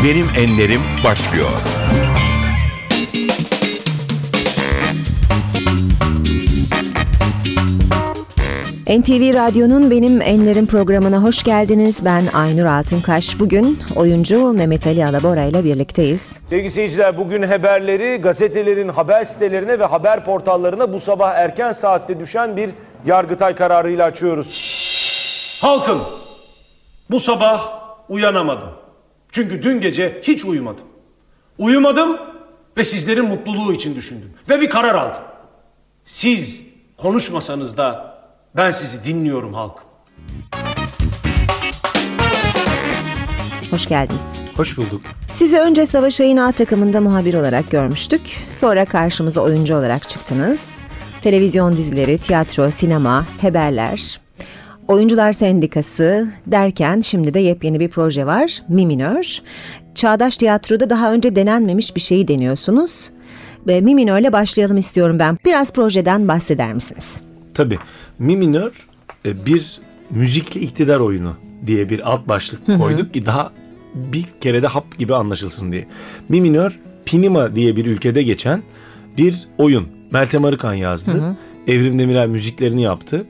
Benim Enlerim başlıyor. NTV Radyo'nun Benim Enlerim programına hoş geldiniz. Ben Aynur Altunkaş. Bugün oyuncu Mehmet Ali Alabora ile birlikteyiz. Sevgili seyirciler, bugün haberleri gazetelerin haber sitelerine ve haber portallarına bu sabah erken saatte düşen bir Yargıtay kararıyla açıyoruz. Halkım, bu sabah uyanamadım. Çünkü dün gece hiç uyumadım. Uyumadım ve sizlerin mutluluğu için düşündüm. Ve bir karar aldım. Siz konuşmasanız da ben sizi dinliyorum halkım. Hoş geldiniz. Hoş bulduk. Sizi önce Savaş Ayın A takımında muhabir olarak görmüştük. Sonra karşımıza oyuncu olarak çıktınız. Televizyon dizileri, tiyatro, sinema, haberler, Oyuncular Sendikası derken şimdi de yepyeni bir proje var. Mi minör. Çağdaş tiyatroda daha önce denenmemiş bir şeyi deniyorsunuz. Ve Mi minörle başlayalım istiyorum ben. Biraz projeden bahseder misiniz? Tabii. Mi minör bir müzikli iktidar oyunu diye bir alt başlık koyduk ki daha bir kere de hap gibi anlaşılsın diye. Mi minör, Pinima diye bir ülkede geçen bir oyun. Meltem Arıkan yazdı. Evrim Demirel müziklerini yaptı.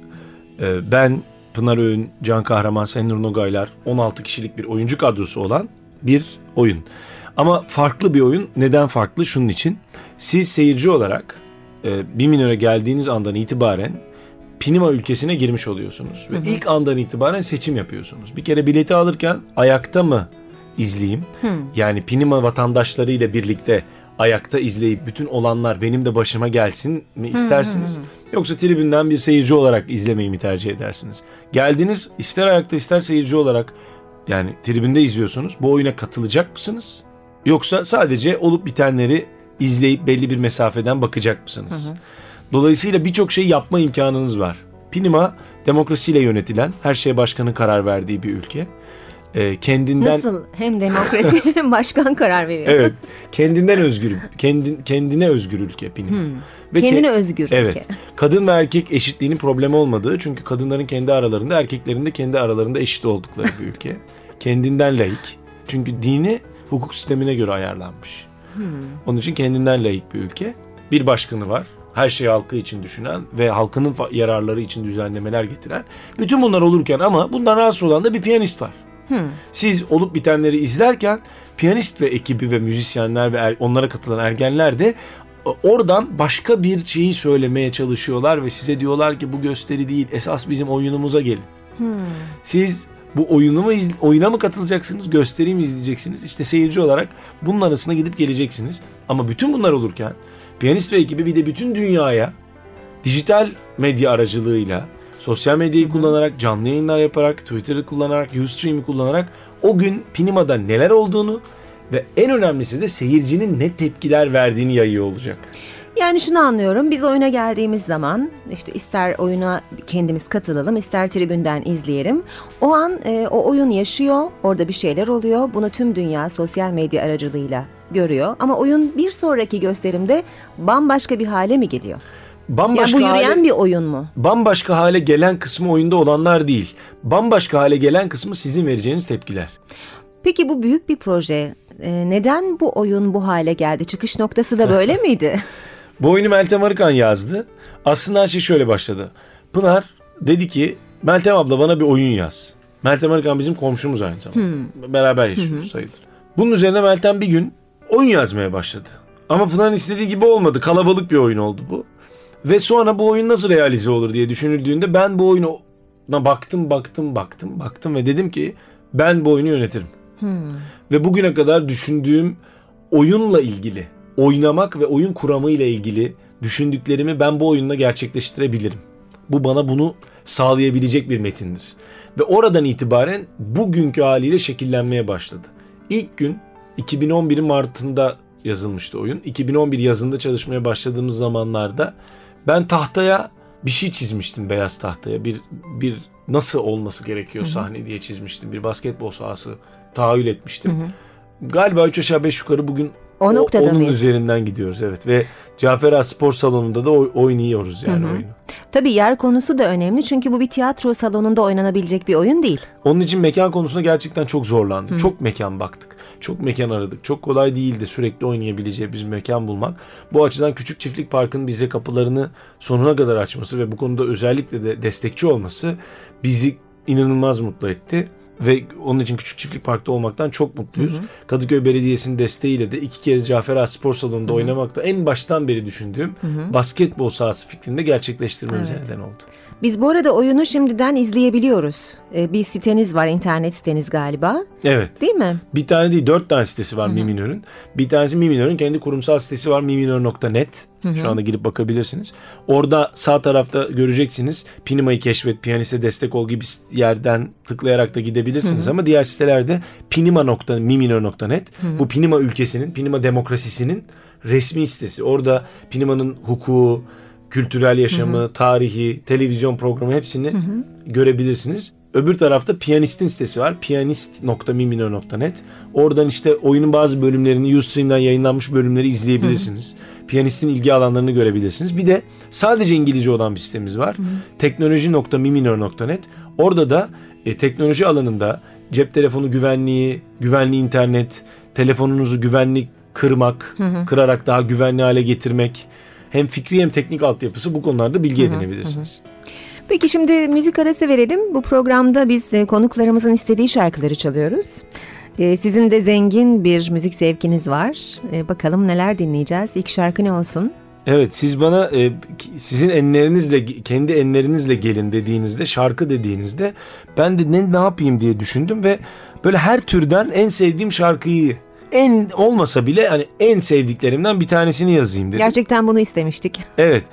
Ben, Pınar Öğün, Can Kahraman, Senur Nogaylar, 16 kişilik bir oyuncu kadrosu olan bir oyun. Ama farklı bir oyun. Neden farklı? Şunun için. Siz seyirci olarak Mi minöre geldiğiniz andan itibaren Pinima ülkesine girmiş oluyorsunuz. Ve ilk andan itibaren seçim yapıyorsunuz. Bir kere bileti alırken ayakta mı izleyeyim? Yani Pinima vatandaşlarıyla birlikte ayakta izleyip bütün olanlar benim de başıma gelsin mi istersiniz? Yoksa tribünden bir seyirci olarak izlemeyi mi tercih edersiniz? Geldiniz, ister ayakta ister seyirci olarak, yani tribünde izliyorsunuz. Bu oyuna katılacak mısınız? Yoksa sadece olup bitenleri izleyip belli bir mesafeden bakacak mısınız? Dolayısıyla birçok şey yapma imkanınız var. Pinima demokrasiyle yönetilen, her şeye başkanın karar verdiği bir ülke. Kendinden... Nasıl? Hem demokrasi hem başkan karar veriyor. Evet. Kendinden özgür. Kendine özgür ülke Pinima. Ve kendine özgür ülke. Evet. Kadın ve erkek eşitliğinin problemi olmadığı, çünkü kadınların kendi aralarında, erkeklerin de kendi aralarında eşit oldukları bir ülke. Kendinden laik. Çünkü dini hukuk sistemine göre ayarlanmış. Onun için kendinden laik bir ülke. Bir başkanı var. Her şeyi halkı için düşünen ve halkının yararları için düzenlemeler getiren. Bütün bunlar olurken ama bundan rahatsız olan da bir piyanist var. Siz olup bitenleri izlerken piyanist ve ekibi ve müzisyenler ve onlara katılan ergenler de oradan başka bir şeyi söylemeye çalışıyorlar ve size diyorlar ki bu gösteri değil, esas bizim oyunumuza gelin. Siz bu oyuna mı katılacaksınız, gösteriyi mi izleyeceksiniz? İşte seyirci olarak bunun arasına gidip geleceksiniz. Ama bütün bunlar olurken piyanist ve ekibi bir de bütün dünyaya dijital medya aracılığıyla, sosyal medyayı kullanarak, canlı yayınlar yaparak, Twitter'ı kullanarak, Ustream'i kullanarak o gün Pinima'da neler olduğunu ve en önemlisi de seyircinin ne tepkiler verdiğini yayıyor olacak. Yani şunu anlıyorum, biz oyuna geldiğimiz zaman işte ister oyuna kendimiz katılalım, ister tribünden izleyelim. O an o oyun yaşıyor, orada bir şeyler oluyor. Bunu tüm dünya sosyal medya aracılığıyla görüyor. Ama oyun bir sonraki gösterimde bambaşka bir hale mi geliyor? Yani bu yürüyen bir oyun mu? Bambaşka hale gelen kısmı oyunda olanlar değil. Bambaşka hale gelen kısmı sizin vereceğiniz tepkiler. Peki bu büyük bir proje. Neden bu oyun bu hale geldi? Çıkış noktası da böyle miydi? Bu oyunu Meltem Arıkan yazdı. Aslında her şey şöyle başladı. Pınar dedi ki Meltem abla bana bir oyun yaz. Meltem Arıkan bizim komşumuz aynı zamanda. Beraber yaşıyoruz sayılır. Bunun üzerine Meltem bir gün oyun yazmaya başladı. Ama Pınar'ın istediği gibi olmadı. Kalabalık bir oyun oldu bu. Ve sonra bu oyun nasıl realize olur diye düşünüldüğünde ben bu oyuna baktım ve dedim ki ben bu oyunu yönetirim. Ve bugüne kadar düşündüğüm oyunla ilgili, oynamak ve oyun kuramıyla ilgili düşündüklerimi ben bu oyunla gerçekleştirebilirim. Bu bana bunu sağlayabilecek bir metindir. Ve oradan itibaren bugünkü haliyle şekillenmeye başladı. İlk gün 2011'in Mart'ında yazılmıştı oyun. 2011 yazında çalışmaya başladığımız zamanlarda ben tahtaya bir şey çizmiştim, beyaz tahtaya. Bir nasıl olması gerekiyor sahne diye çizmiştim. Bir basketbol sahası tahayyül etmiştim. Galiba 3 aşağı 5 yukarı bugün O noktada onun mıyız? üzerinden gidiyoruz, evet. Ve Cafer Ağa Spor Salonu'nda da oynuyoruz yani oyunu. Tabii yer konusu da önemli çünkü bu bir tiyatro salonunda oynanabilecek bir oyun değil. Onun için mekan konusunda gerçekten çok zorlandık. Çok mekan baktık. Çok mekan aradık. Çok kolay değildi sürekli oynayabileceği bir mekan bulmak. Bu açıdan Küçük Çiftlik Park'ın bize kapılarını sonuna kadar açması ve bu konuda özellikle de destekçi olması bizi inanılmaz mutlu etti. Ve onun için Küçük Çiftlik Park'ta olmaktan çok mutluyuz. Kadıköy Belediyesi'nin desteğiyle de 2 kez Cafer Ağa Spor Salonu'nda oynamakta en baştan beri düşündüğüm basketbol sahası fikrini de gerçekleştirmemize neden oldu. Biz bu arada oyunu şimdiden izleyebiliyoruz. Bir siteniz var, internet siteniz galiba. Evet. Değil mi? Bir tane değil, 4 tane sitesi var Mi Minör'ün. Bir tanesi Mi Minör'ün kendi kurumsal sitesi var, miminör.net. Şu anda girip bakabilirsiniz. Orada sağ tarafta göreceksiniz. Pinima'yı keşfet, piyaniste destek ol gibi yerden tıklayarak da gidebilirsiniz. Ama diğer sitelerde pinima.miminör.net. Bu Pinima ülkesinin, Pinima demokrasisinin resmi sitesi. Orada Pinima'nın hukuku, kültürel yaşamı, tarihi, televizyon programı hepsini görebilirsiniz. Öbür tarafta Piyanist'in sitesi var. piyanist.miminör.net. Oradan işte oyunun bazı bölümlerini, Ustream'den yayınlanmış bölümleri izleyebilirsiniz. Piyanist'in ilgi alanlarını görebilirsiniz. Bir de sadece İngilizce olan bir sitemiz var. teknoloji.miminör.net. Orada da teknoloji alanında cep telefonu güvenliği, güvenli internet, telefonunuzu güvenli kırmak, kırarak daha güvenli hale getirmek, hem fikri hem teknik altyapısı, bu konularda bilgi edinebilirsiniz. Peki şimdi müzik arası verelim. Bu programda biz konuklarımızın istediği şarkıları çalıyoruz. Sizin de zengin bir müzik zevkiniz var. Bakalım neler dinleyeceğiz. İlk şarkı ne olsun? Evet, siz bana sizin enlerinizle, kendi enlerinizle gelin dediğinizde, şarkı dediğinizde ben de ne yapayım diye düşündüm ve böyle her türden en sevdiğim şarkıyı, en olmasa bile hani en sevdiklerimden bir tanesini yazayım dedim. Gerçekten bunu istemiştik. Evet.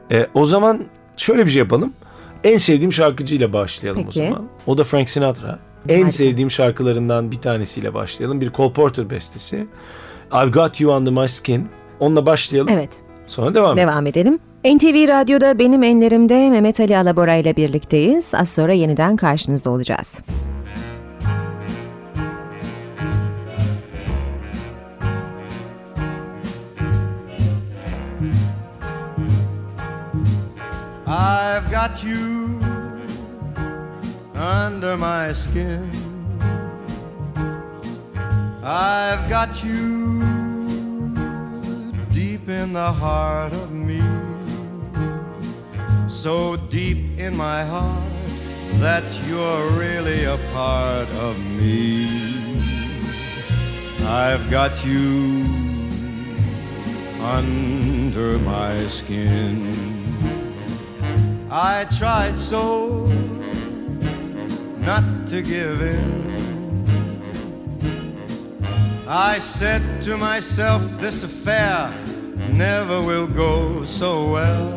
O zaman şöyle bir şey yapalım. En sevdiğim şarkıcıyla başlayalım. Peki. O zaman. O da Frank Sinatra. En Harika. sevdiğim şarkılarından bir tanesiyle başlayalım. Bir Cole Porter bestesi. I've Got You Under My Skin. Onunla başlayalım. Evet. Sonra devam edelim. NTV Radyo'da Benim Enlerim'de Mehmet Ali Alabora ile birlikteyiz. Az sonra yeniden karşınızda olacağız. I've got you under my skin. I've got you deep in the heart of me. So deep in my heart that you're really a part of me. I've got you under my skin. I tried so not to give in. I said to myself, this affair never will go so well.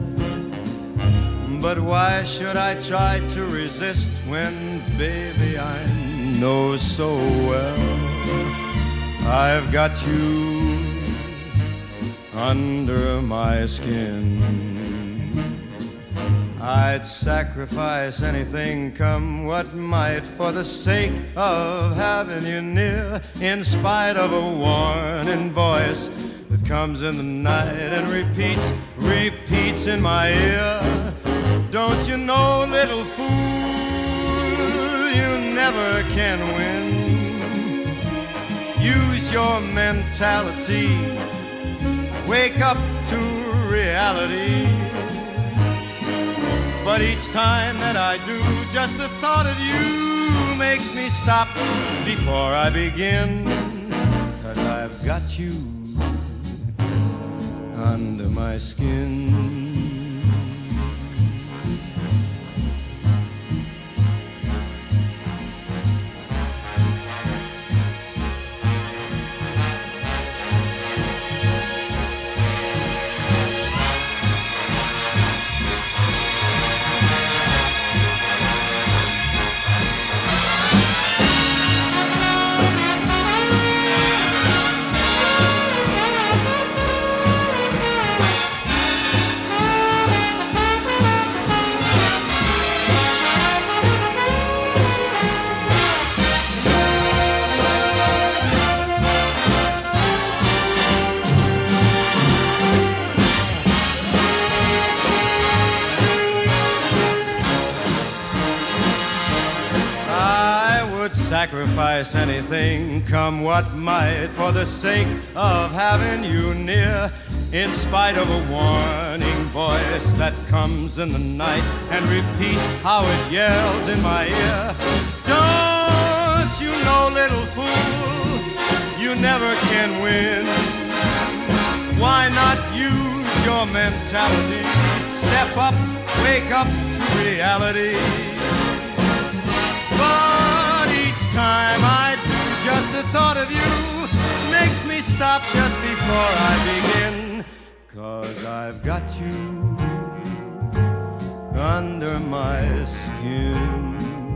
But why should I try to resist when, baby, I know so well I've got you under my skin. I'd sacrifice anything, come what might, for the sake of having you near, in spite of a warning voice that comes in the night and repeats in my ear. Don't you know, little fool, you never can win. Use your mentality, wake up to reality. But each time that I do, just the thought of you makes me stop before I begin. 'Cause I've got you under my skin. sacrifice anything, come what might, for the sake of having you near. In spite of a warning voice that comes in the night and repeats how it yells in my ear. Don't you know, little fool, you never can win. Why not use your mentality? Step up, wake up to reality. But each time I do, just the thought of you makes me stop just before I begin. 'Cause I've got you under my skin.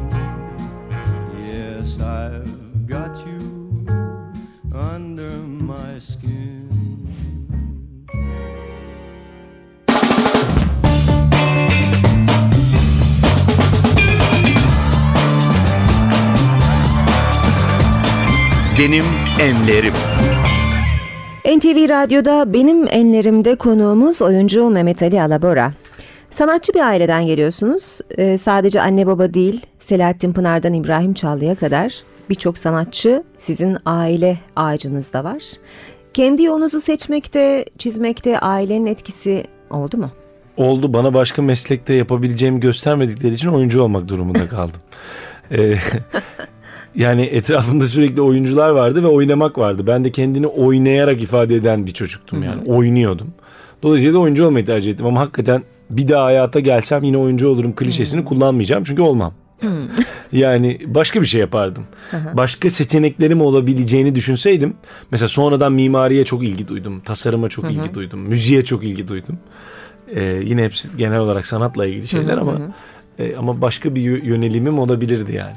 Yes, I've got you under my skin. Benim enlerim. NTV Radyo'da Benim Enlerim'de konuğumuz oyuncu Mehmet Ali Alabora. Sanatçı bir aileden geliyorsunuz. Sadece anne baba değil, Selahattin Pınar'dan İbrahim Çallı'ya kadar birçok sanatçı sizin aile ağacınızda var. Kendi yolunuzu seçmekte, çizmekte ailenin etkisi oldu mu? Oldu. Bana başka meslekte yapabileceğimi göstermedikleri için oyuncu olmak durumunda kaldım. Yani etrafımda sürekli oyuncular vardı ve oynamak vardı. Ben de kendini oynayarak ifade eden bir çocuktum yani. Oynuyordum. Dolayısıyla da oyuncu olmayı tercih ettim. Ama hakikaten bir daha hayata gelsem yine oyuncu olurum klişesini kullanmayacağım. Çünkü olmam. Yani başka bir şey yapardım. Başka seçeneklerim olabileceğini düşünseydim. Mesela sonradan mimariye çok ilgi duydum. Tasarıma çok ilgi duydum. Müziğe çok ilgi duydum. Yine hepsi genel olarak sanatla ilgili şeyler ama başka bir yönelimim olabilirdi yani.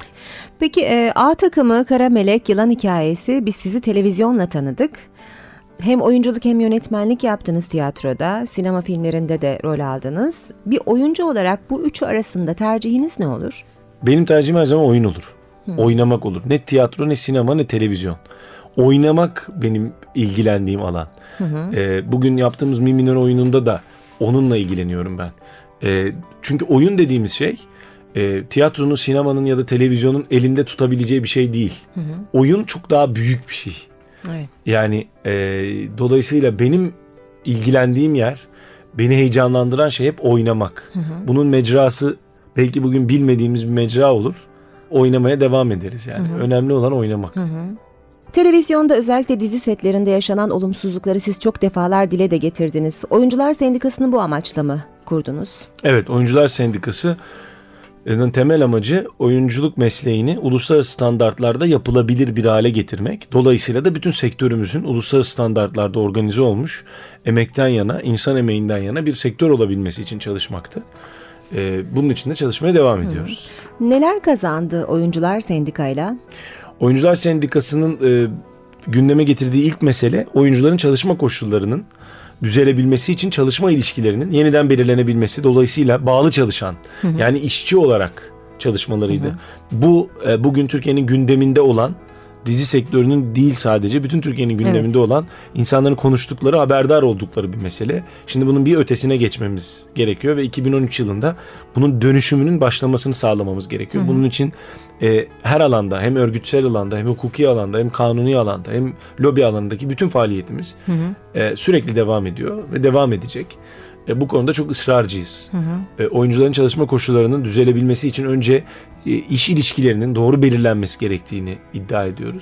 Peki A takımı, Kara Melek, Yılan Hikayesi, biz sizi televizyonla tanıdık. Hem oyunculuk hem yönetmenlik yaptınız tiyatroda, sinema filmlerinde de rol aldınız. Bir oyuncu olarak bu üçü arasında tercihiniz ne olur? Benim tercihim her zaman oyun olur. Oynamak olur. Ne tiyatro, ne sinema, ne televizyon. Oynamak benim ilgilendiğim alan. Bugün yaptığımız Mi Minör oyununda da onunla ilgileniyorum ben. Çünkü oyun dediğimiz şey tiyatronun, sinemanın ya da televizyonun elinde tutabileceği bir şey değil. Oyun çok daha büyük bir şey. Evet. Yani dolayısıyla benim ilgilendiğim yer, beni heyecanlandıran şey hep oynamak. Bunun mecrası belki bugün bilmediğimiz bir mecra olur. Oynamaya devam ederiz yani. Önemli olan oynamak. Televizyonda özellikle dizi setlerinde yaşanan olumsuzlukları siz çok defalar dile de getirdiniz. Oyuncular Sendikası'nı bu amaçla mı kurdunuz? Evet, Oyuncular Sendikası'nın temel amacı oyunculuk mesleğini uluslararası standartlarda yapılabilir bir hale getirmek. Dolayısıyla da bütün sektörümüzün uluslararası standartlarda organize olmuş, emekten yana, insan emeğinden yana bir sektör olabilmesi için çalışmaktı. Bunun için de çalışmaya devam ediyoruz. Neler kazandı Oyuncular Sendika'yla? Oyuncular Sendikası'nın gündeme getirdiği ilk mesele oyuncuların çalışma koşullarının düzelebilmesi için çalışma ilişkilerinin yeniden belirlenebilmesi. Dolayısıyla bağlı çalışan yani işçi olarak çalışmalarıydı. Bu bugün Türkiye'nin gündeminde olan, dizi sektörünün değil sadece bütün Türkiye'nin gündeminde olan, insanların konuştukları, haberdar oldukları bir mesele. Şimdi bunun bir ötesine geçmemiz gerekiyor ve 2013 yılında bunun dönüşümünün başlamasını sağlamamız gerekiyor. Bunun için her alanda, hem örgütsel alanda, hem hukuki alanda, hem kanuni alanda, hem lobi alanındaki bütün faaliyetimiz sürekli devam ediyor ve devam edecek. Bu konuda çok ısrarcıyız. Oyuncuların çalışma koşullarının düzelebilmesi için önce iş ilişkilerinin doğru belirlenmesi gerektiğini iddia ediyoruz.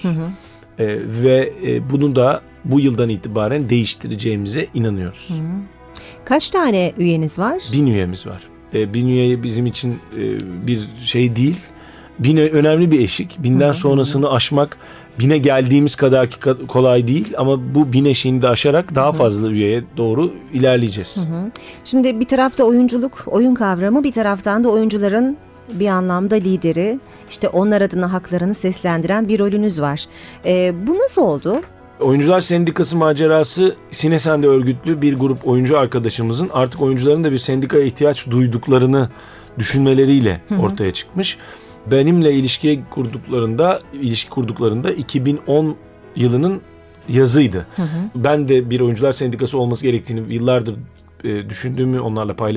Ve bunu da bu yıldan itibaren değiştireceğimize inanıyoruz. Kaç tane üyeniz var? 1000 üyemiz var. 1000 üye bizim için bir şey değil. 1000 önemli bir eşik. 1000'den sonrasını aşmak 1000'e geldiğimiz kadar kolay değil ama bu 1000 eşiğini de aşarak daha fazla üyeye doğru ilerleyeceğiz. Şimdi bir tarafta oyunculuk, oyun kavramı, bir taraftan da oyuncuların bir anlamda lideri, işte onlar adına haklarını seslendiren bir rolünüz var. Bu nasıl oldu? Oyuncular Sendikası macerası Sinesen'de örgütlü bir grup oyuncu arkadaşımızın artık oyuncuların da bir sendikaya ihtiyaç duyduklarını düşünmeleriyle ortaya çıkmış. Benimle ilişki kurduklarında 2010 yılının yazıydı. Ben de bir oyuncular sendikası olması gerektiğini yıllardır düşündüğümü onlarla paylaşıp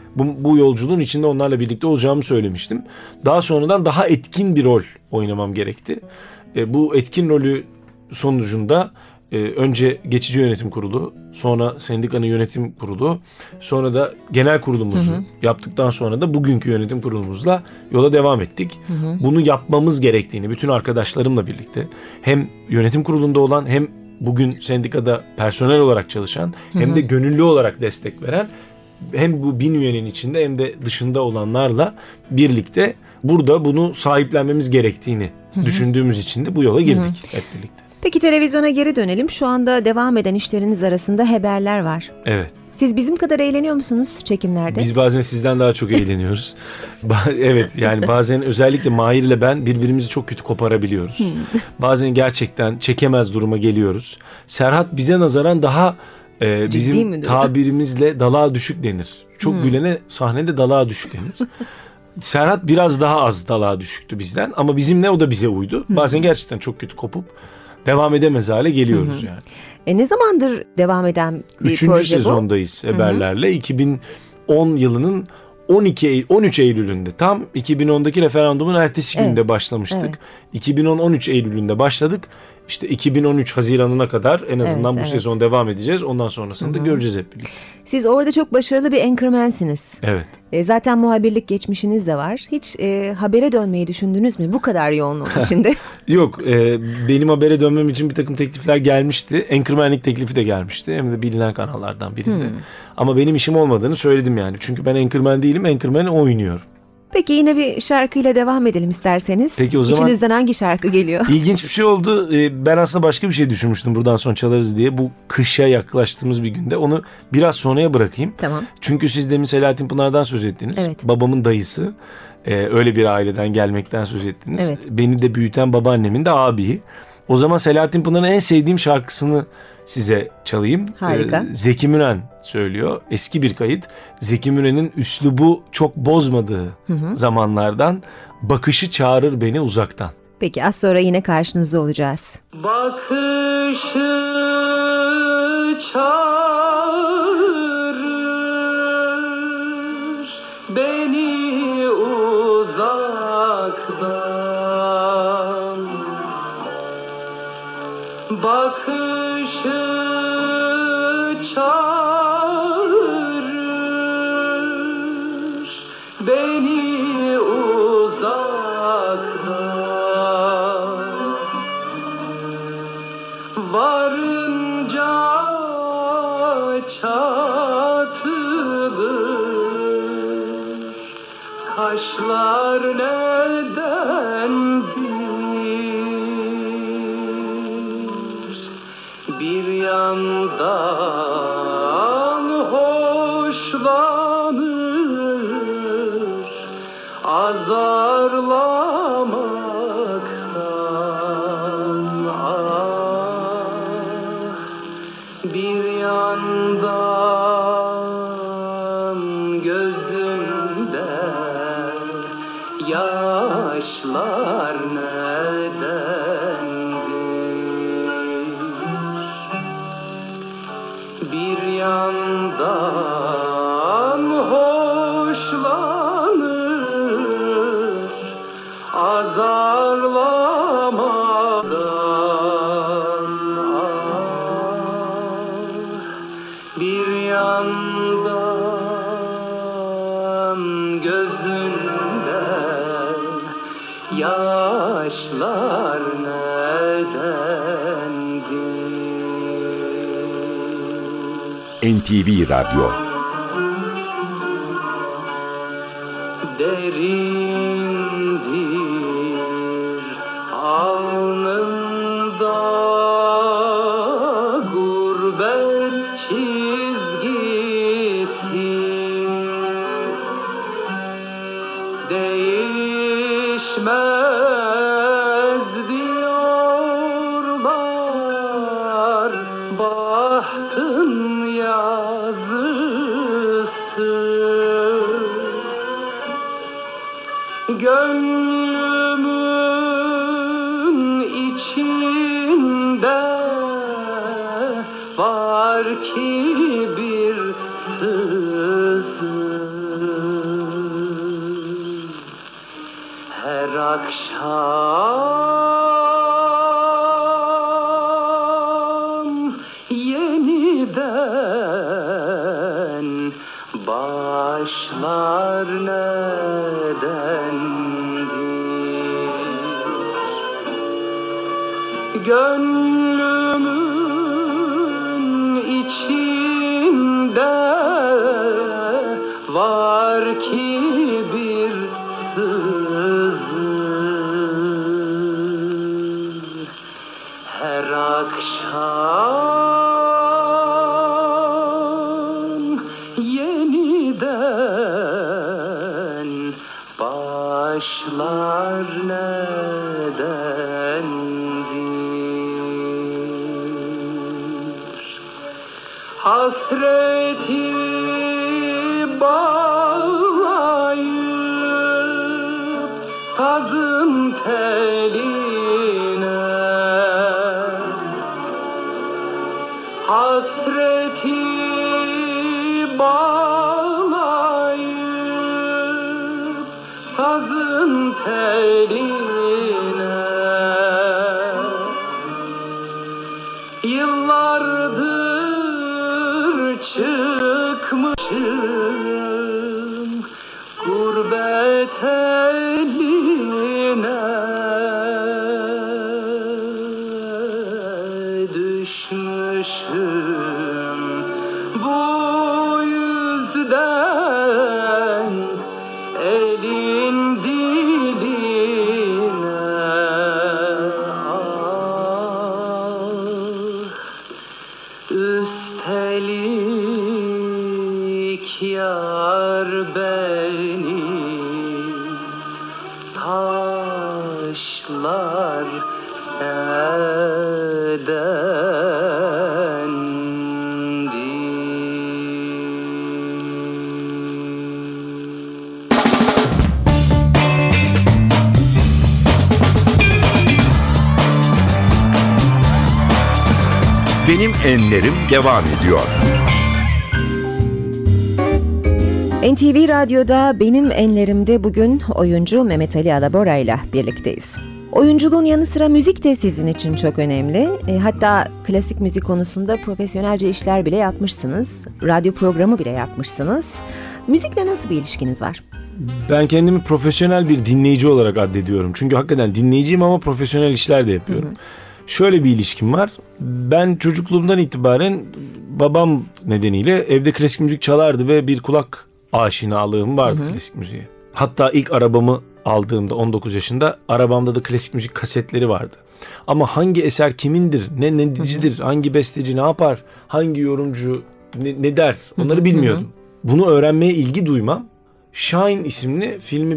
Bu yolculuğun içinde onlarla birlikte olacağımı söylemiştim. Daha sonradan daha etkin bir rol oynamam gerekti. Bu etkin rolü sonucunda önce geçici yönetim kurulu, sonra sendikanın yönetim kurulu, sonra da genel kurulumuzu yaptıktan sonra da bugünkü yönetim kurulumuzla yola devam ettik. Bunu yapmamız gerektiğini bütün arkadaşlarımla birlikte hem yönetim kurulunda olan hem bugün sendikada personel olarak çalışan hem de gönüllü olarak destek veren hem bu 1000 üyenin içinde hem de dışında olanlarla birlikte burada bunu sahiplenmemiz gerektiğini düşündüğümüz için de bu yola girdik hep birlikte. Peki televizyona geri dönelim. Şu anda devam eden işleriniz arasında haberler var. Evet. Siz bizim kadar eğleniyor musunuz çekimlerde? Biz bazen sizden daha çok eğleniyoruz. Evet, yani bazen özellikle Mahir ile ben birbirimizi çok kötü koparabiliyoruz. Bazen gerçekten çekemez duruma geliyoruz. Serhat bize nazaran daha bizim tabirimizle dalağa düşük denir. Çok gülene sahnede dalağa düşük denir. Serhat biraz daha az dalağa düşüktü bizden ama bizimle o da bize uydu. Bazen gerçekten çok kötü kopup devam edemez hale geliyoruz yani. Ne zamandır devam eden bir 3. proje bu? sezondayız haberlerle. 2010 yılının 13 Eylül'ünde tam 2010'daki referandumun ertesi günde başlamıştık. 13 Eylül'ünde başladık. İşte 2013 Haziran'ına kadar en azından bu sezon devam edeceğiz. Ondan sonrasını da göreceğiz hep birlikte. Siz orada çok başarılı bir anchormansiniz. Evet. Zaten muhabirlik geçmişiniz de var. Hiç habere dönmeyi düşündünüz mü bu kadar yoğunluğun içinde? Yok, benim habere dönmem için bir takım teklifler gelmişti. Anchormanlik teklifi de gelmişti. Hem de bilinen kanallardan birinde. Ama benim işim olmadığını söyledim yani. Çünkü ben anchorman değilim, anchorman'ı oynuyorum. Peki yine bir şarkıyla devam edelim isterseniz. Peki o zaman İçinizden hangi şarkı geliyor? İlginç bir şey oldu. Ben aslında başka bir şey düşünmüştüm buradan sonra çalarız diye. Bu kışa yaklaştığımız bir günde onu biraz sonraya bırakayım. Tamam. Çünkü siz demin Selahattin Pınar'dan söz ettiniz. Evet. Babamın dayısı. Öyle bir aileden gelmekten söz ettiniz. Evet. Beni de büyüten babaannemin de abiyi. O zaman Selahattin Pınar'ın en sevdiğim şarkısını size çalayım. Harika. Zeki Müren söylüyor. Eski bir kayıt. Zeki Müren'in üslubu çok bozmadığı zamanlardan bakışı çağırır beni uzaktan. Peki az sonra yine karşınızda olacağız. Bakışı çağırır beni uzaktan, bakışı çağırır beni uzaktan, varınca çatılır kaşlar nedendir, bir yandan hoşlanır azarlamaktan, bir yandan gözümde yaşlar nedendir, bir yandan hoşlanır azarlamadan, bir yandan gözünde yaşlar nedendir. NTV Radyo. Derindir alnında gurbet çizgisi, değişmez diyorlar bahtın yazısı, gönlümün içinde var ki bir sızı, akşam yeniden başlar nedendir? Gönlümün içinde var ki bir sızı, her akşam yeniden başlar nedendir? Hasreti bağlayıp sazın teline, hasreti bağlayıp sazın teline, yıllardır çıkmışım gurbet eline, düşmüşüm bu yüzden elin diline. Üstelik yar beni taşlar nedendir? Benim Enlerim devam ediyor. NTV Radyo'da Benim Enlerim'de bugün oyuncu Mehmet Ali Alabora ile birlikteyiz. Oyunculuğun yanı sıra müzik de sizin için çok önemli. Hatta klasik müzik konusunda profesyonelce işler bile yapmışsınız. Radyo programı bile yapmışsınız. Müzikle nasıl bir ilişkiniz var? Ben kendimi profesyonel bir dinleyici olarak addediyorum. Çünkü hakikaten dinleyiciyim ama profesyonel işler de yapıyorum. Hı hı. Şöyle bir ilişkim var. Ben çocukluğumdan itibaren babam nedeniyle evde klasik müzik çalardı ve bir kulak aşinalığım vardı klasik müziğe. Hatta ilk arabamı aldığımda 19 yaşında arabamda da klasik müzik kasetleri vardı. Ama hangi eser kimindir, ne dizicidir, hangi besteci ne yapar, hangi yorumcu ne der onları bilmiyordum. Bunu öğrenmeye ilgi duymam Shine isimli filmi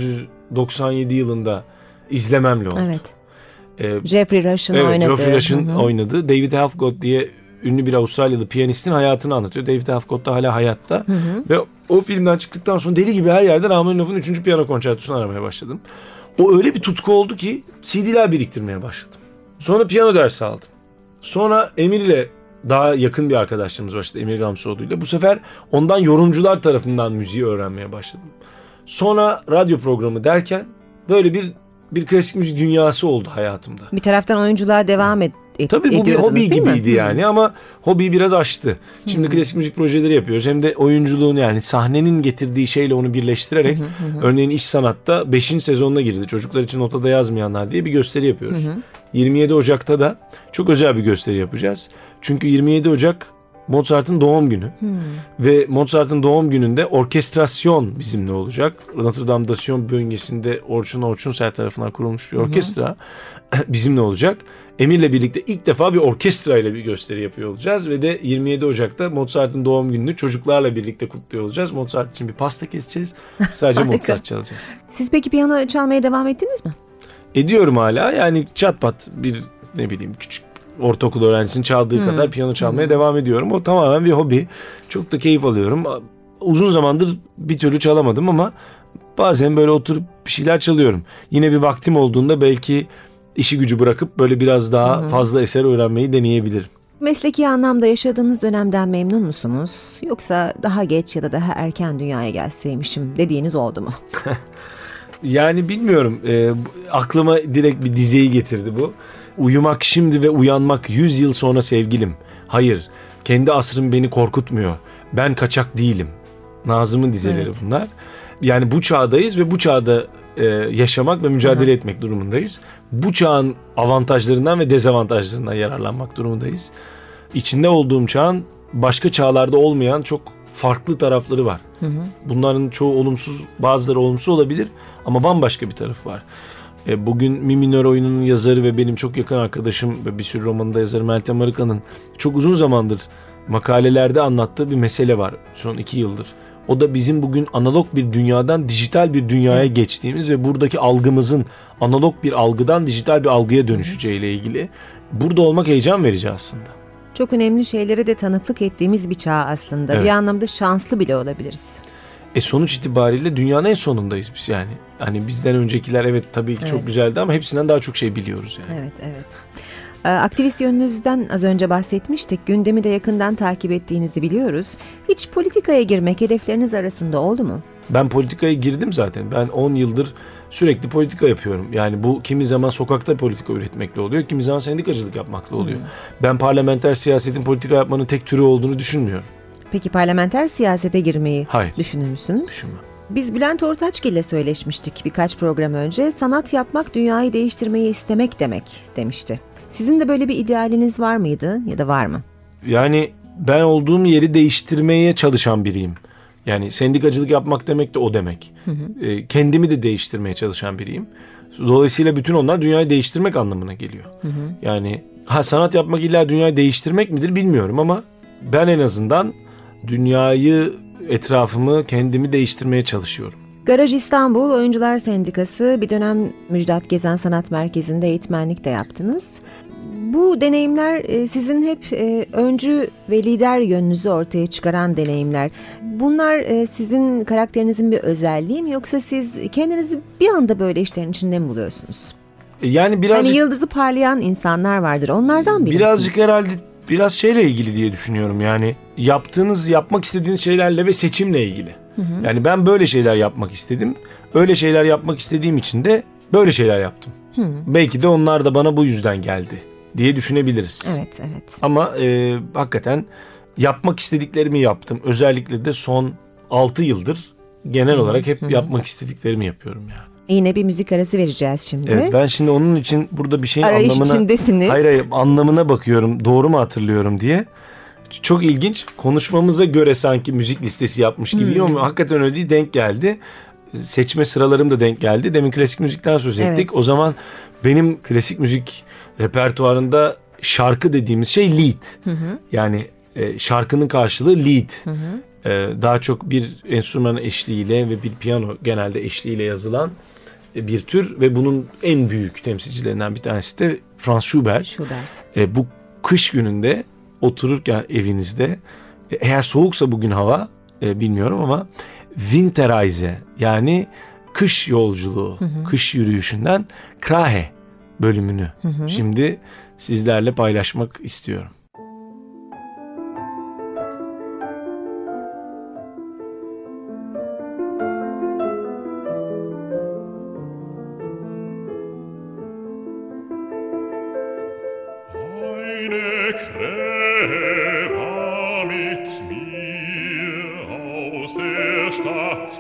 1997 yılında izlememle oldu. Evet. Jeffrey Rush'ın oynadığı. Jeffrey Rush'ın oynadığı David Helfgott diye ünlü bir Avustralyalı piyanistin hayatını anlatıyor. David Helfgott da hala hayatta. Ve o filmden çıktıktan sonra deli gibi her yerde Rachmaninoff'un 3. piyano konçertosunu aramaya başladım. O öyle bir tutku oldu ki CD'ler biriktirmeye başladım. Sonra piyano dersi aldım. Sonra Emir ile daha yakın bir arkadaşlığımız başladı. Emir Gamsoğlu ile. Bu sefer ondan yorumcular tarafından müziği öğrenmeye başladım. Sonra radyo programı derken böyle bir klasik müzik dünyası oldu hayatımda. Bir taraftan oyunculuğa devam tabii bu bir hobi gibiydi yani ama hobiyi biraz aştı. Şimdi klasik müzik projeleri yapıyoruz. Hem de oyunculuğun yani sahnenin getirdiği şeyle onu birleştirerek örneğin İş Sanat'ta 5. sezonuna girdi. Çocuklar için notada yazmayanlar diye bir gösteri yapıyoruz. 27 Ocak'ta da çok özel bir gösteri yapacağız. Çünkü 27 Ocak Mozart'ın doğum günü. Ve Mozart'ın doğum gününde orkestrasyon bizimle olacak. Notre Dame de Sion bölgesinde Orçun Orçunsel tarafından kurulmuş bir orkestra bizimle olacak. Emir'le birlikte ilk defa bir orkestra ile bir gösteri yapıyor olacağız. Ve de 27 Ocak'ta Mozart'ın doğum gününü çocuklarla birlikte kutluyor olacağız. Mozart için bir pasta keseceğiz. Sadece Mozart çalacağız. Siz peki piyano çalmaya devam ettiniz mi? Ediyorum hala. Yani çat pat bir küçük ortaokul öğrencisinin çaldığı kadar piyano çalmaya devam ediyorum. O tamamen bir hobi. Çok da keyif alıyorum. Uzun zamandır bir türlü çalamadım ama bazen böyle oturup bir şeyler çalıyorum. Yine bir vaktim olduğunda belki işi gücü bırakıp böyle biraz daha fazla eser öğrenmeyi deneyebilirim. Mesleki anlamda yaşadığınız dönemden memnun musunuz? Yoksa daha geç ya da daha erken dünyaya gelseymişim dediğiniz oldu mu? Yani bilmiyorum. Aklıma direkt bir dizeyi getirdi bu. Uyumak şimdi ve uyanmak 100 yıl sonra sevgilim. Hayır, kendi asrım beni korkutmuyor. Ben kaçak değilim. Nazım'ın dizeleri Evet. bunlar. Yani bu çağdayız ve bu çağda yaşamak ve mücadele etmek durumundayız. Bu çağın avantajlarından ve dezavantajlarından yararlanmak durumundayız. İçinde olduğum çağın başka çağlarda olmayan çok farklı tarafları var. Bunların çoğu olumsuz, bazıları olumsuz olabilir ama bambaşka bir tarafı var. Bugün Mi Minör oyununun yazarı ve benim çok yakın arkadaşım ve bir sürü romanında yazarı Meltem Arıkan'ın çok uzun zamandır makalelerde anlattığı bir mesele var son 2 yıldır. O da bizim bugün analog bir dünyadan dijital bir dünyaya geçtiğimiz ve buradaki algımızın analog bir algıdan dijital bir algıya dönüşeceğiyle ilgili. Burada olmak heyecan verici aslında. Çok önemli şeylere de tanıklık ettiğimiz bir çağ aslında. Evet. Bir anlamda şanslı bile olabiliriz. Sonuç itibariyle dünyanın en sonundayız biz yani. Hani bizden öncekiler evet tabii ki Evet. çok güzeldi ama hepsinden daha çok şey biliyoruz yani. Evet, evet. Aktivist yönünüzden az önce bahsetmiştik. Gündemi de yakından takip ettiğinizi biliyoruz. Hiç politikaya girmek hedefleriniz arasında oldu mu? Ben politikaya girdim zaten. Ben 10 yıldır sürekli politika yapıyorum. Yani bu kimi zaman sokakta politika üretmekle oluyor, kimi zaman sendikacılık yapmakla oluyor. Ben parlamenter siyasetin politika yapmanın tek türü olduğunu düşünmüyorum. Peki parlamenter siyasete girmeyi Hayır. düşünür müsünüz? Düşünmem. Biz Bülent Ortaçgil ile söyleşmiştik birkaç program önce. Sanat yapmak dünyayı değiştirmeyi istemek demek demişti. Sizin de böyle bir idealiniz var mıydı ya da var mı? Yani ben olduğum yeri değiştirmeye çalışan biriyim. Yani sendikacılık yapmak demek de o demek. Kendimi de değiştirmeye çalışan biriyim. Dolayısıyla bütün onlar dünyayı değiştirmek anlamına geliyor. Yani sanat yapmak illa dünyayı değiştirmek midir bilmiyorum ama ben en azından dünyayı, etrafımı, kendimi değiştirmeye çalışıyorum. Garaj İstanbul Oyuncular Sendikası, bir dönem Müjdat Gezen Sanat Merkezi'nde eğitmenlik de yaptınız. Bu deneyimler sizin hep öncü ve lider yönünüzü ortaya çıkaran deneyimler. Bunlar sizin karakterinizin bir özelliği mi, yoksa siz kendinizi bir anda böyle işlerin içinde mi buluyorsunuz? Yani birazcık... Hani yıldızı parlayan insanlar vardır, onlardan biri Birazcık misiniz? herhalde biraz şeyle ilgili diye düşünüyorum. Yani yapmak istediğiniz şeylerle ve seçimle ilgili. Yani ben böyle şeyler yapmak istedim. Öyle şeyler yapmak istediğim için de böyle şeyler yaptım. Belki de onlar da bana bu yüzden geldi diye düşünebiliriz. Evet, evet. Ama hakikaten yapmak istediklerimi yaptım. Özellikle de son 6 yıldır genel olarak hep yapmak istediklerimi yapıyorum yani. Yine bir müzik arası vereceğiz şimdi. Evet, ben şimdi onun için burada bir şeyin Arayış anlamına... içindesiniz. Hayır, anlamına bakıyorum. Doğru mu hatırlıyorum diye. Çok ilginç. Konuşmamıza göre sanki müzik listesi yapmış gibiyim ama hakikaten öyle değil, denk geldi. Seçme sıralarım da denk geldi. Demin klasik müzikten söz ettik. Evet. O zaman benim klasik müzik repertuarında şarkı dediğimiz şey lead. Yani şarkının karşılığı lead. Daha çok bir enstrüman eşliğiyle ve bir piyano genelde eşliğiyle yazılan bir tür ve bunun en büyük temsilcilerinden bir tanesi de Franz Schubert. Schubert. Bu kış gününde otururken evinizde, eğer soğuksa bugün hava bilmiyorum ama Winterreise, yani kış yolculuğu, kış yürüyüşünden Krahe bölümünü şimdi sizlerle paylaşmak istiyorum. Eine Krähe war mit mir aus der Stadt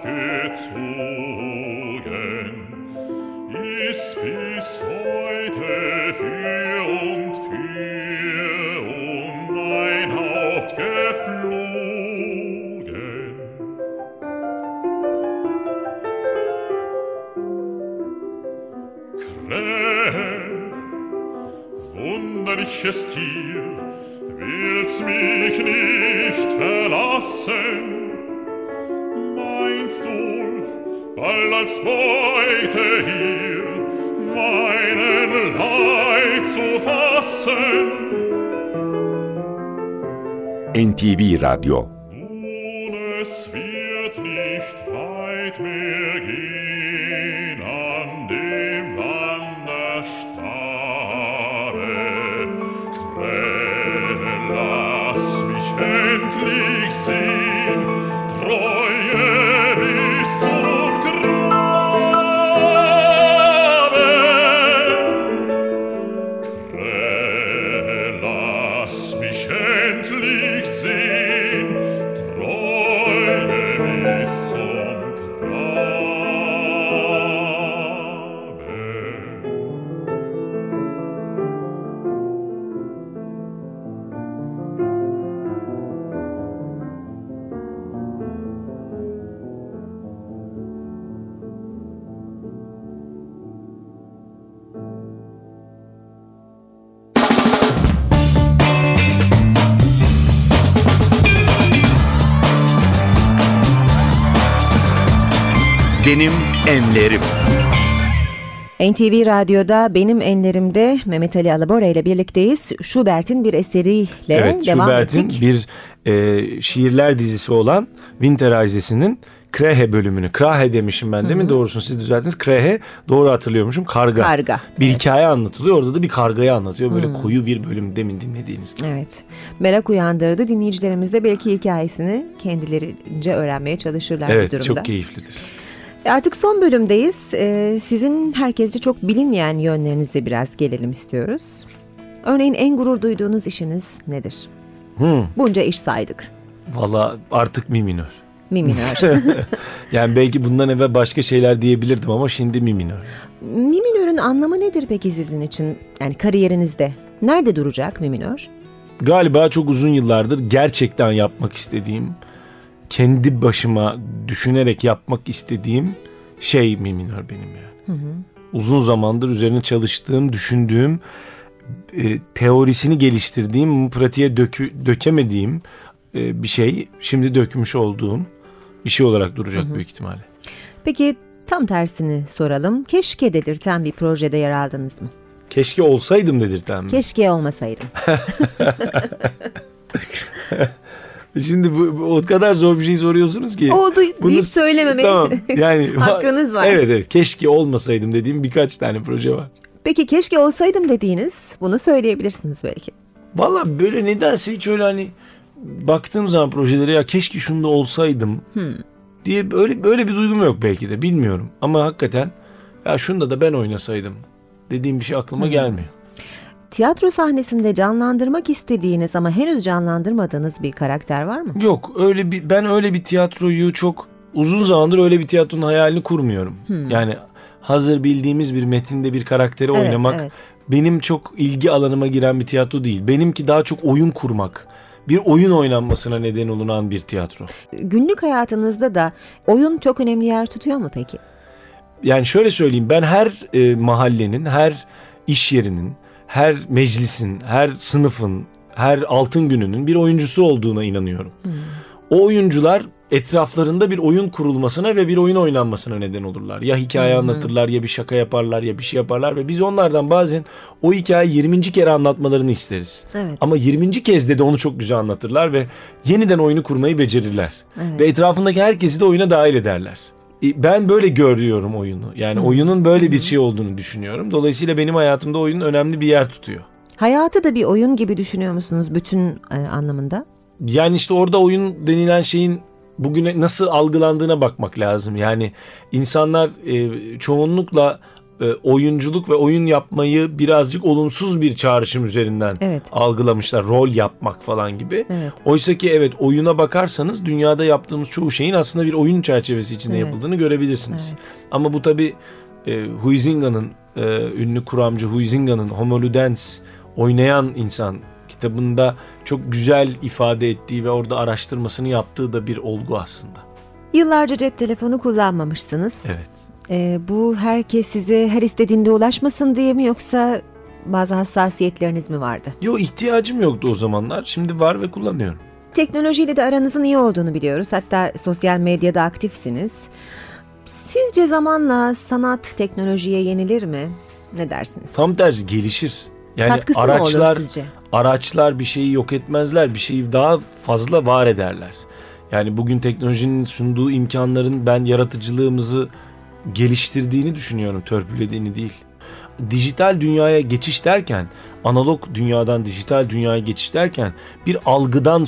gezogen, ist bis heute für mein Haupt geflogen. Krähe, wunderliches Tier, willst mich nicht verlassen? Meinst du, bald als Beute hier meinen Leib zu fassen? NTV Radyo. Nun, es wird nicht weit mehr gehen an dem Wanderstabe. Krähe, lass mich endlich sehen, Treue bis zum Grab. Benim Enlerim. NTV Radyo'da Benim Enlerim'de Mehmet Ali Alabora ile birlikteyiz. Schubert'in bir eseriyle Evet, devam Schubert'in ettik. bir şiirler dizisi olan Winterreise'sinin Krähe bölümünü. Krahe demişim ben değil mi? Doğrusunu siz düzelttiniz. Krähe, doğru hatırlıyormuşum. Karga. Karga. Bir hikaye anlatılıyor. Orada da bir kargayı anlatıyor. Böyle koyu bir bölüm, demin dinlediğiniz gibi. Evet. Merak uyandırdı. Dinleyicilerimiz de belki hikayesini kendilerince öğrenmeye çalışırlar bu Evet, durumda. çok keyiflidir. Artık son bölümdeyiz. Sizin herkesce çok bilinmeyen yönlerinize biraz gelelim istiyoruz. Örneğin en gurur duyduğunuz işiniz nedir? Bunca iş saydık. Valla artık mi minör. Mi minör. Yani belki bundan evvel başka şeyler diyebilirdim ama şimdi mi minör. Mi minörün anlamı nedir peki sizin için? Yani kariyerinizde. Nerede duracak mi minör? Galiba çok uzun yıllardır gerçekten yapmak istediğim, kendi başıma düşünerek yapmak istediğim şey mi minör benim yani. Uzun zamandır üzerine çalıştığım, düşündüğüm, teorisini geliştirdiğim, pratiğe dökemediğim bir şey. Şimdi dökmüş olduğum bir şey olarak duracak büyük ihtimalle. Peki tam tersini soralım. Keşke dedirten bir projede yer aldınız mı? Keşke olsaydım dedirten mi? Keşke olmasaydım. Şimdi bu o kadar zor bir şey soruyorsunuz ki. Oldu deyip söylememeyi. Tamam yani. Hakkınız var. Evet keşke olmasaydım dediğim birkaç tane proje var. Peki keşke olsaydım dediğiniz, bunu söyleyebilirsiniz belki. Valla böyle nedense hiç öyle hani baktığım zaman projelere ya keşke şunda olsaydım diye böyle bir duygum yok belki de, bilmiyorum. Ama hakikaten ya şunda da ben oynasaydım dediğim bir şey aklıma gelmiyor. Tiyatro sahnesinde canlandırmak istediğiniz ama henüz canlandırmadığınız bir karakter var mı? Yok, ben öyle bir tiyatroyu çok uzun zamandır öyle bir tiyatronun hayalini kurmuyorum. Yani hazır bildiğimiz bir metinde bir karakteri oynamak benim çok ilgi alanıma giren bir tiyatro değil. Benimki daha çok oyun kurmak, bir oyun oynanmasına neden olunan bir tiyatro. Günlük hayatınızda da oyun çok önemli yer tutuyor mu peki? Yani şöyle söyleyeyim, ben her mahallenin, her iş yerinin, her meclisin, her sınıfın, her altın gününün bir oyuncusu olduğuna inanıyorum. O oyuncular etraflarında bir oyun kurulmasına ve bir oyun oynanmasına neden olurlar. Ya hikaye anlatırlar, ya bir şaka yaparlar, ya bir şey yaparlar ve biz onlardan bazen o hikayeyi 20. kere anlatmalarını isteriz. Evet. Ama 20. kezde de onu çok güzel anlatırlar ve yeniden oyunu kurmayı becerirler. Ve etrafındaki herkesi de oyuna dahil ederler. Ben böyle görüyorum oyunu. Yani oyunun böyle bir şey olduğunu düşünüyorum. Dolayısıyla benim hayatımda oyun önemli bir yer tutuyor. Hayatı da bir oyun gibi düşünüyor musunuz bütün anlamında? Yani işte orada oyun denilen şeyin bugüne nasıl algılandığına bakmak lazım. Yani insanlar çoğunlukla oyunculuk ve oyun yapmayı birazcık olumsuz bir çağrışım üzerinden algılamışlar. Rol yapmak falan gibi. Evet. Oysa ki evet, oyuna bakarsanız dünyada yaptığımız çoğu şeyin aslında bir oyun çerçevesi içinde yapıldığını görebilirsiniz. Evet. Ama bu tabii Huizinga'nın, ünlü kuramcı Huizinga'nın Homo Ludens, oynayan insan kitabında çok güzel ifade ettiği ve orada araştırmasını yaptığı da bir olgu aslında. Yıllarca cep telefonu kullanmamışsınız. Evet. Bu herkes size her istediğinde ulaşmasın diye mi, yoksa bazı hassasiyetleriniz mi vardı? Yok, ihtiyacım yoktu o zamanlar. Şimdi var ve kullanıyorum. Teknolojiyle de aranızın iyi olduğunu biliyoruz. Hatta sosyal medyada aktifsiniz. Sizce zamanla sanat teknolojiye yenilir mi? Ne dersiniz? Tam tersi, gelişir. Yani katkısı mı olur sizce? Araçlar bir şeyi yok etmezler. Bir şeyi daha fazla var ederler. Yani bugün teknolojinin sunduğu imkanların ben yaratıcılığımızı geliştirdiğini düşünüyorum, törpülediğini değil. Dijital dünyaya geçiş derken, analog dünyadan dijital dünyaya geçiş derken bir algıdan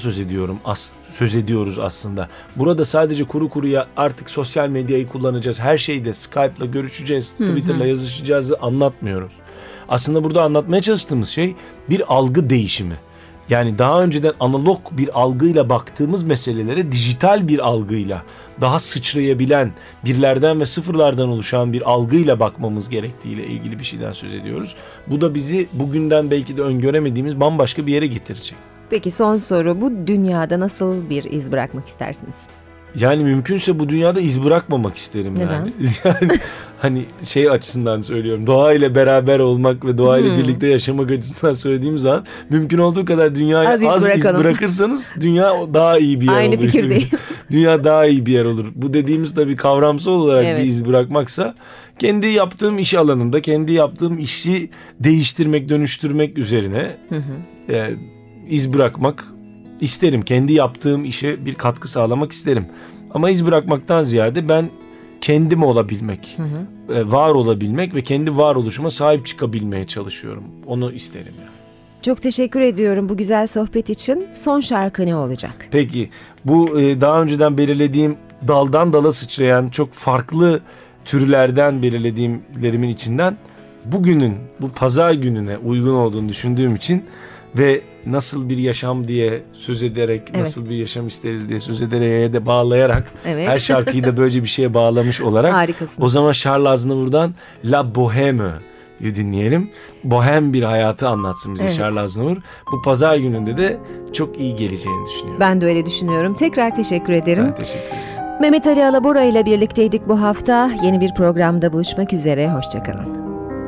söz ediyoruz aslında. Burada sadece kuru kuruya artık sosyal medyayı kullanacağız, her şeyde Skype'la görüşeceğiz, Twitter'la yazışacağızı anlatmıyoruz. Aslında burada anlatmaya çalıştığımız şey bir algı değişimi. Yani daha önceden analog bir algıyla baktığımız meselelere dijital bir algıyla, daha sıçrayabilen, birlerden ve sıfırlardan oluşan bir algıyla bakmamız gerektiğiyle ilgili bir şeyden söz ediyoruz. Bu da bizi bugünden belki de öngöremediğimiz bambaşka bir yere getirecek. Peki son soru, bu dünyada nasıl bir iz bırakmak istersiniz? Yani mümkünse bu dünyada iz bırakmamak isterim. Neden? Yani hani şey açısından söylüyorum. Doğayla beraber olmak ve doğayla birlikte yaşamak açısından söylediğim zaman mümkün olduğu kadar dünyaya az iz bırakırsanız dünya daha iyi bir yer olur. Aynı fikirdeyim. dünya daha iyi bir yer olur. Bu dediğimiz tabii kavramsal olarak Evet. bir iz bırakmaksa, kendi yaptığım iş alanında kendi yaptığım işi değiştirmek, dönüştürmek üzerine iz bırakmak isterim. Kendi yaptığım işe bir katkı sağlamak isterim. Ama iz bırakmaktan ziyade ben kendim olabilmek, var olabilmek ve kendi varoluşuma sahip çıkabilmeye çalışıyorum. Onu isterim yani. Çok teşekkür ediyorum bu güzel sohbet için. Son şarkı ne olacak? Peki bu daha önceden belirlediğim daldan dala sıçrayan çok farklı türlerden belirlediğimlerimin içinden bugünün, bu pazar gününe uygun olduğunu düşündüğüm için ve nasıl bir yaşam diye söz ederek, nasıl bir yaşam isteriz diye söz ederek de bağlayarak Evet. her şarkıyı da böylece bir şeye bağlamış olarak Harikasınız. o zaman Charles Aznavour'dan La Bohème'yu dinleyelim. Bohem bir hayatı anlatsın bize Charles Aznavour. Bu pazar gününde de çok iyi geleceğini düşünüyorum. Ben de öyle düşünüyorum. Tekrar teşekkür ederim. Ben teşekkür ederim. Mehmet Ali Alabora ile birlikteydik bu hafta. Yeni bir programda buluşmak üzere. Hoşçakalın.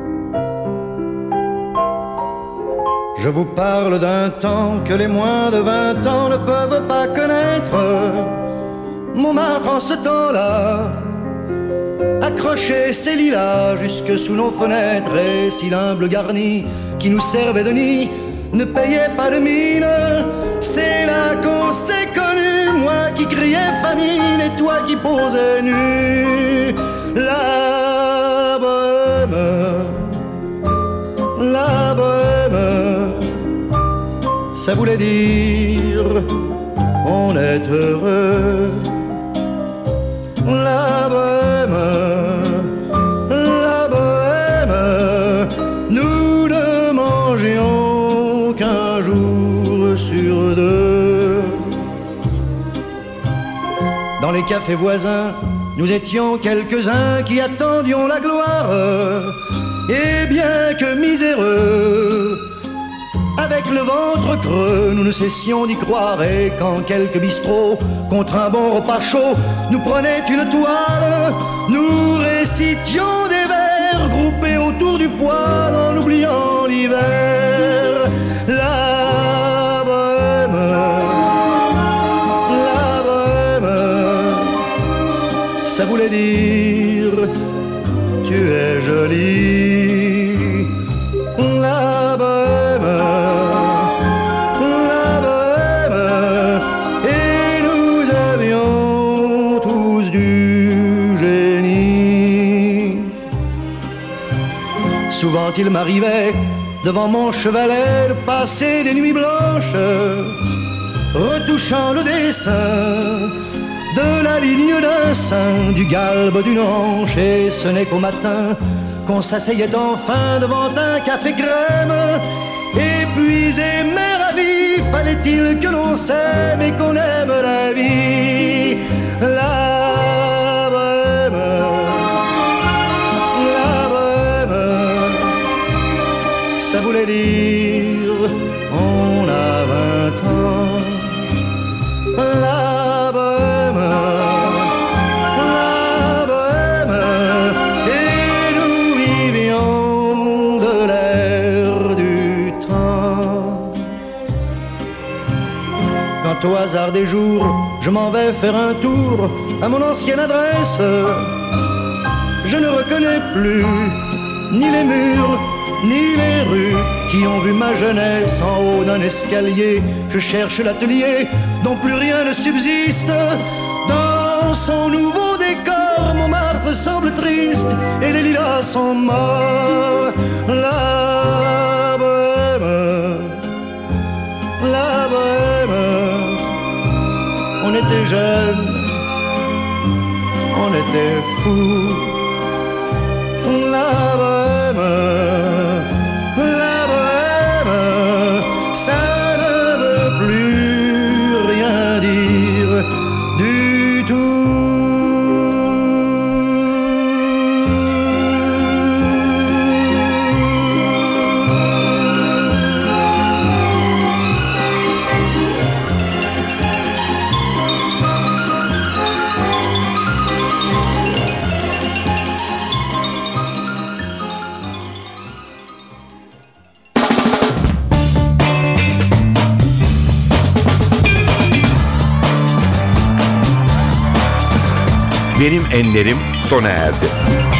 Je vous parle d'un temps que les moins de 20 ans ne peuvent pas connaître. Montmartre en ce temps-là accrochait ses lilas jusque sous nos fenêtres, et si l'humble garni qui nous servait de nid ne payait pas de mine, c'est là qu'on s'est connus, moi qui criais famine et toi qui posais nu. La bohème, la bohème, ça voulait dire on est heureux. La bohème, la bohème, nous ne mangions qu'un jour sur deux. Dans les cafés voisins, nous étions quelques-uns qui attendions la gloire. Et bien que miséreux, avec le ventre creux, nous ne cessions d'y croire. Et quand quelques bistrots, contre un bon repas chaud, nous prenaient une toile, nous récitions des vers groupés autour du poêle en oubliant l'hiver. La bohème, la bohème, ça voulait dire tu es jolie. La bohème, la bohème, et nous avions tous du génie. Souvent il m'arrivait devant mon chevalet de passer des nuits blanches, retouchant le dessin de la ligne d'un sein, du galbe d'une hanche, et ce n'est qu'au matin qu'on s'asseyait enfin devant un café crème. Épuisé mais ravi, fallait-il que l'on s'aime et qu'on aime la vie. La bohème, la bohème, ça voulait dire on a 20 ans. La bohème, la bohème, et nous vivions de l'air du temps. Quand au hasard des jours, je m'en vais faire un tour à mon ancienne adresse, je ne reconnais plus ni les murs, ni les rues qui ont vu ma jeunesse en haut d'un escalier. Je cherche l'atelier dont plus rien ne subsiste. Dans son nouveau décor, Montmartre semble triste et les lilas sont morts. La bohème, la bohème, on était jeunes, on était fous. La bohème, la bohème, ça ne veut plus rien dire du tout. Benim Enlerim sona erdi.